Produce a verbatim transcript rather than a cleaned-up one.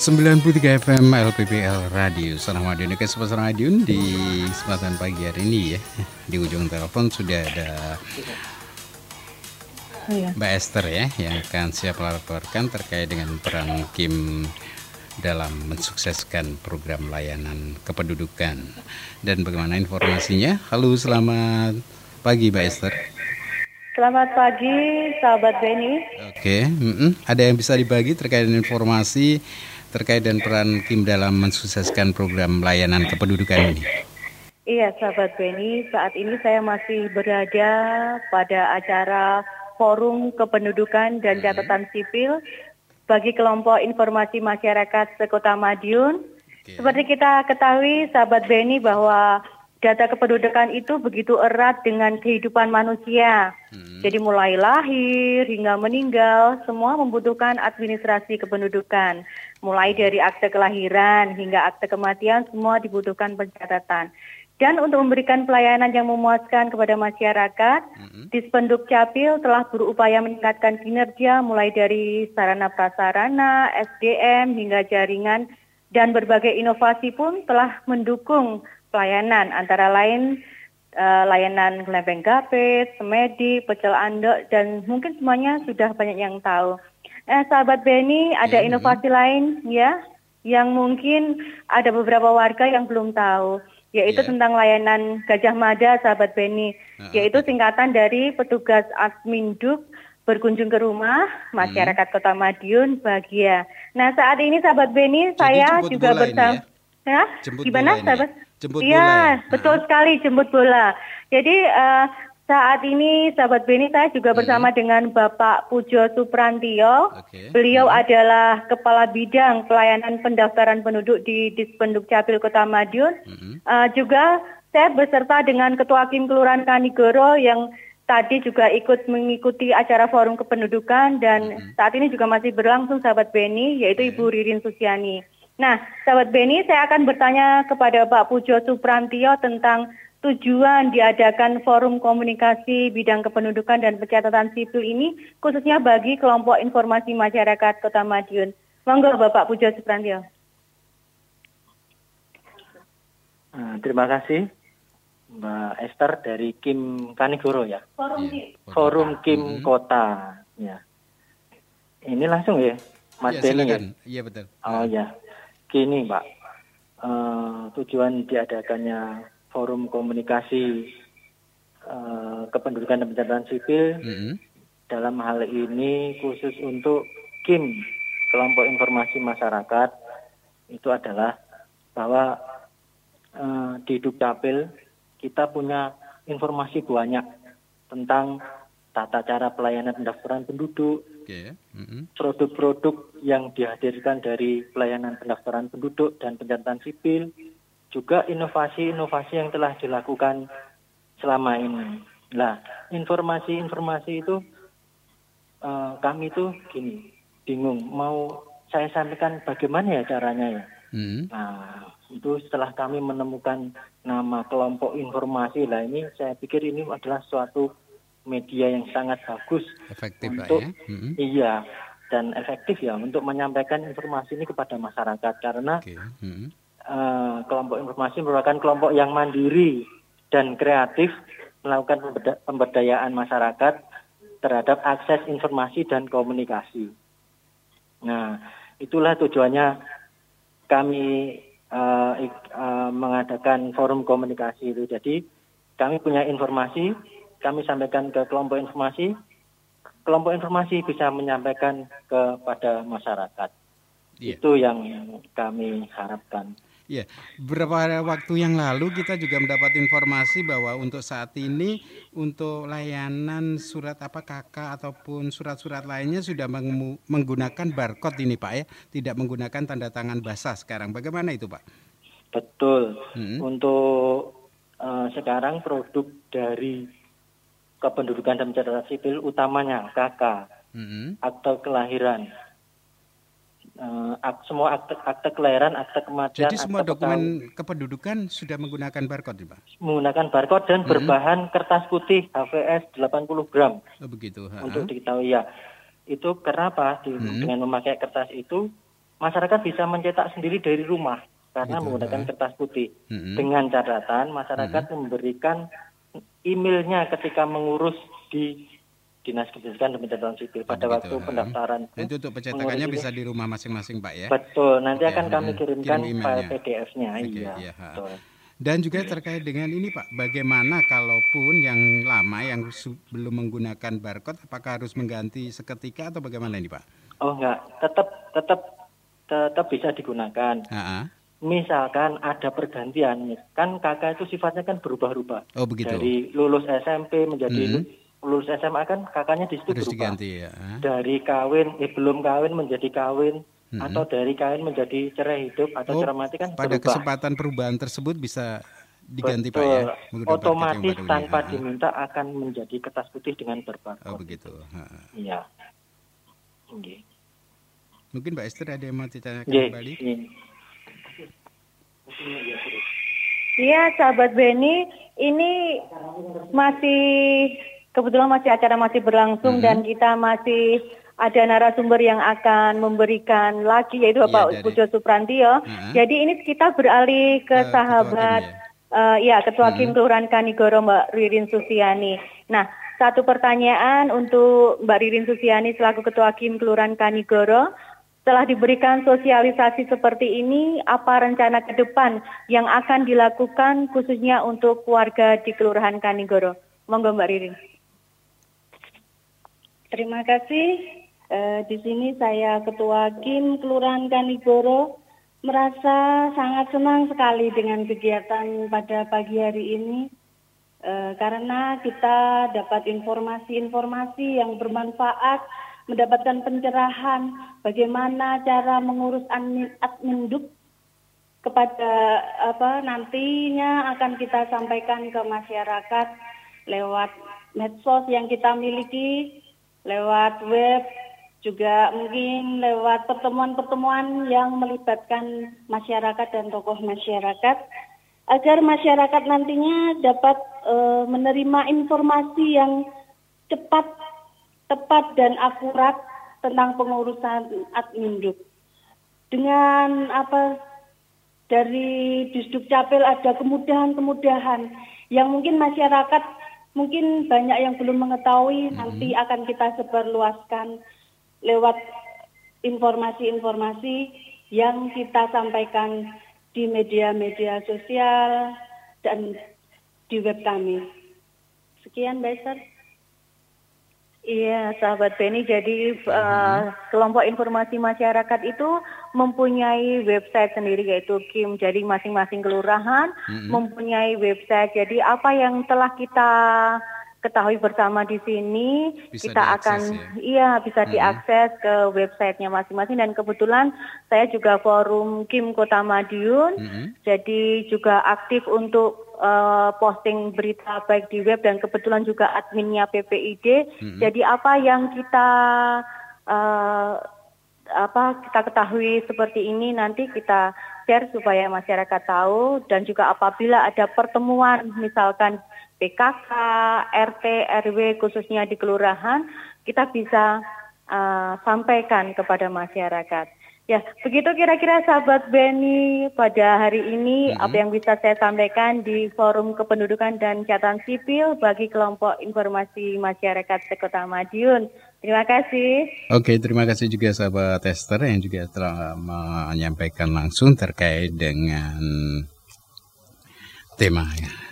sembilan puluh tiga F M L P P L Radio Suara Madiun. Ke Sobat Madiun di kesempatan pagi hari ini ya. Di ujung telepon sudah ada oh, ya. Mbak Esther ya yang akan siap melaporkan terkait dengan peran Kim dalam mensukseskan program layanan kependudukan. Dan bagaimana informasinya? Halo, selamat pagi Mbak Esther. Selamat pagi sahabat Beni. Oke, mm-mm. Ada yang bisa dibagi terkait dengan informasi terkait dengan peran Kim dalam mensukseskan program layanan kependudukan ini? Iya sahabat Beni, saat ini saya masih berada pada acara Forum Kependudukan dan Catatan Sipil bagi kelompok informasi masyarakat sekota Madiun. Okay. Seperti kita ketahui sahabat Beni bahwa data kependudukan itu begitu erat dengan kehidupan manusia. Hmm. Jadi mulai lahir hingga meninggal, semua membutuhkan administrasi kependudukan. Mulai dari akte kelahiran hingga akte kematian, semua dibutuhkan pencatatan. Dan untuk memberikan pelayanan yang memuaskan kepada masyarakat, hmm. Dispenduk Capil telah berupaya meningkatkan kinerja mulai dari sarana prasarana, S D M hingga jaringan, dan berbagai inovasi pun telah mendukung pelayanan, antara lain uh, layanan lempeng gapit, semedi, pecel andok, dan mungkin semuanya sudah banyak yang tahu. Eh, sahabat Beni, ada yeah, inovasi yeah. lain ya, yang mungkin ada beberapa warga yang belum tahu, yaitu yeah. tentang layanan Gajah Mada, sahabat Beni, uh-huh. yaitu singkatan dari petugas Adminduk berkunjung ke rumah masyarakat hmm. Kota Madiun bahagia. Nah saat ini sahabat Beni, saya juga bersama. Ya? Gimana sahabat? Jemput ya, bola ya? Betul nah. sekali jemput bola. Jadi uh, saat ini sahabat Beni saya juga bersama hmm. dengan Bapak Pujo Suprantio. Okay. Beliau hmm. adalah Kepala Bidang Pelayanan Pendaftaran Penduduk di Dispenduk Capil Kota Madiun. Hmm. Uh, juga saya beserta dengan Ketua Kim Kelurahan Kanigoro yang tadi juga ikut mengikuti acara Forum Kependudukan dan hmm. saat ini juga masih berlangsung sahabat Beni, yaitu okay. Ibu Ririn Susiani. Nah, sahabat Beni, saya akan bertanya kepada Pak Pujo Suprantio tentang tujuan diadakan Forum Komunikasi Bidang Kependudukan dan Pencatatan Sipil ini, khususnya bagi kelompok informasi masyarakat Kota Madiun. Monggo Bapak Pujo Suprantio. Nah, terima kasih Mbak Esther dari Kim Kanigoro ya. Forum Kim. Forum Kim hmm. Kota. Ya. Ini langsung ya, Mas ya, Beni ya. Iya betul. Oh ya. Gini Pak, uh, tujuan diadakannya Forum Komunikasi uh, Kependudukan dan Pencatatan Sipil mm-hmm. dalam hal ini khusus untuk Kim, kelompok informasi masyarakat, itu adalah bahwa uh, di Dukcapil kita punya informasi banyak tentang tata cara pelayanan pendaftaran penduduk, okay. mm-hmm. produk-produk yang dihadirkan dari pelayanan pendaftaran penduduk dan pencatatan sipil, juga inovasi-inovasi yang telah dilakukan selama ini. Nah, informasi-informasi itu uh, kami itu gini, bingung mau saya sampaikan bagaimana ya caranya ya. Mm-hmm. Nah, itu setelah kami menemukan nama kelompok informasi, lah ini saya pikir ini adalah suatu media yang sangat bagus, efektif untuk ya? mm-hmm. iya dan efektif ya untuk menyampaikan informasi ini kepada masyarakat karena okay. mm-hmm. uh, kelompok informasi merupakan kelompok yang mandiri dan kreatif melakukan pemberda- pemberdayaan masyarakat terhadap akses informasi dan komunikasi. Nah, itulah tujuannya kami uh, uh, mengadakan forum komunikasi itu. Jadi kami punya informasi, kami sampaikan ke kelompok informasi, kelompok informasi bisa menyampaikan kepada masyarakat. Yeah. Itu yang kami harapkan. Ya, yeah. Beberapa waktu yang lalu kita juga mendapat informasi bahwa untuk saat ini untuk layanan surat apa K K ataupun surat-surat lainnya sudah meng- menggunakan barcode ini Pak ya, tidak menggunakan tanda tangan basah sekarang. Bagaimana itu Pak? Betul. Hmm. Untuk uh, sekarang produk dari Kependudukan dan Pencatatan Sipil utamanya K K, mm-hmm. akte kelahiran, uh, ak, semua akte, akte kelahiran, akte kematian. Jadi semua dokumen pekal, kependudukan sudah menggunakan barcode, Pak? Menggunakan barcode dan mm-hmm. berbahan kertas putih H V S delapan puluh gram. Oh begitu. Ha-ha. Untuk diketahui ya. Itu kenapa di, mm-hmm. dengan memakai kertas itu masyarakat bisa mencetak sendiri dari rumah karena gitu, menggunakan ya. kertas putih. Mm-hmm. Dengan catatan masyarakat mm-hmm. memberikan emailnya ketika mengurus di Dinas Kependudukan dan Pencatatan Sipil pada begitu, waktu ha. pendaftaran. Itu untuk pencetakannya bisa di rumah masing-masing, Pak ya? Betul, nanti Oke, akan kami kirimkan kirim file P D F-nya. Oke, iya, iya, betul. Dan juga terkait dengan ini Pak, bagaimana kalaupun yang lama yang su- belum menggunakan barcode, apakah harus mengganti seketika atau bagaimana ini Pak? Oh enggak, tetap tetap tetap bisa digunakan. Ha-ha. Misalkan ada pergantian, kan K K itu sifatnya kan berubah-ubah. Oh begitu. Dari lulus S M P menjadi Mm-hmm. lulus S M A kan kakaknya di situ harus berubah. Diganti, ya. Dari kawin, eh belum kawin menjadi kawin, mm-hmm. atau dari kawin menjadi cerai hidup atau oh, cerai mati kan pada berubah. kesempatan perubahan tersebut bisa diganti Betul. Pak ya? Otomatis tanpa ini. diminta akan menjadi kertas putih dengan berbarcode. Oh begitu. Iya. Okay. Mungkin Mbak Esther ada yang mau ditanyakan yeah. kembali? Iya, sahabat Beni, ini masih kebetulan masih acara masih berlangsung mm-hmm. dan kita masih ada narasumber yang akan memberikan lagi yaitu Bapak ya, Pujo Suprantio. Uh-huh. Jadi ini kita beralih ke uh, sahabat Ketua Kim, ya, uh, ya Ketua uh-huh. Kim Kelurahan Kanigoro Mbak Ririn Susiani. Nah, satu pertanyaan untuk Mbak Ririn Susiani selaku Ketua Kim Kelurahan Kanigoro. Setelah diberikan sosialisasi seperti ini, apa rencana ke depan yang akan dilakukan khususnya untuk warga di Kelurahan Kanigoro? Monggo Mbak Ririn. Terima kasih. E, di sini saya Ketua Kim Kelurahan Kanigoro merasa sangat senang sekali dengan kegiatan pada pagi hari ini e, karena kita dapat informasi-informasi yang bermanfaat, mendapatkan pencerahan bagaimana cara mengurus admin, adminduk kepada apa nantinya akan kita sampaikan ke masyarakat lewat medsos yang kita miliki, lewat web, juga mungkin lewat pertemuan-pertemuan yang melibatkan masyarakat dan tokoh masyarakat agar masyarakat nantinya dapat e, menerima informasi yang cepat, tepat dan akurat tentang pengurusan adminduk. Dengan apa dari Disduk Capil ada kemudahan-kemudahan yang mungkin masyarakat mungkin banyak yang belum mengetahui, mm-hmm. nanti akan kita sebarluaskan lewat informasi-informasi yang kita sampaikan di media-media sosial dan di web kami. Sekian, Mbak Esther. Iya, sahabat Beni, jadi uh, kelompok informasi masyarakat itu mempunyai website sendiri yaitu Kim. Jadi masing-masing kelurahan mm-hmm. mempunyai website. Jadi apa yang telah kita ketahui bersama di sini bisa kita diakses, akan ya? iya bisa mm-hmm. diakses ke websitenya masing-masing. Dan kebetulan saya juga forum Kim Kota Madiun, mm-hmm. jadi juga aktif untuk Uh, posting berita baik di web dan kebetulan juga adminnya P P I D. Mm-hmm. Jadi apa yang kita uh, apa kita ketahui seperti ini nanti kita share supaya masyarakat tahu, dan juga apabila ada pertemuan misalkan P K K, R T, R W khususnya di kelurahan, kita bisa uh, sampaikan kepada masyarakat. Ya, begitu kira-kira sahabat Beni pada hari ini mm-hmm. apa yang bisa saya sampaikan di Forum Kependudukan dan Catatan Sipil bagi kelompok informasi masyarakat Sekota Madiun. Terima kasih. Oke, terima kasih juga sahabat Esther yang juga telah menyampaikan langsung terkait dengan tema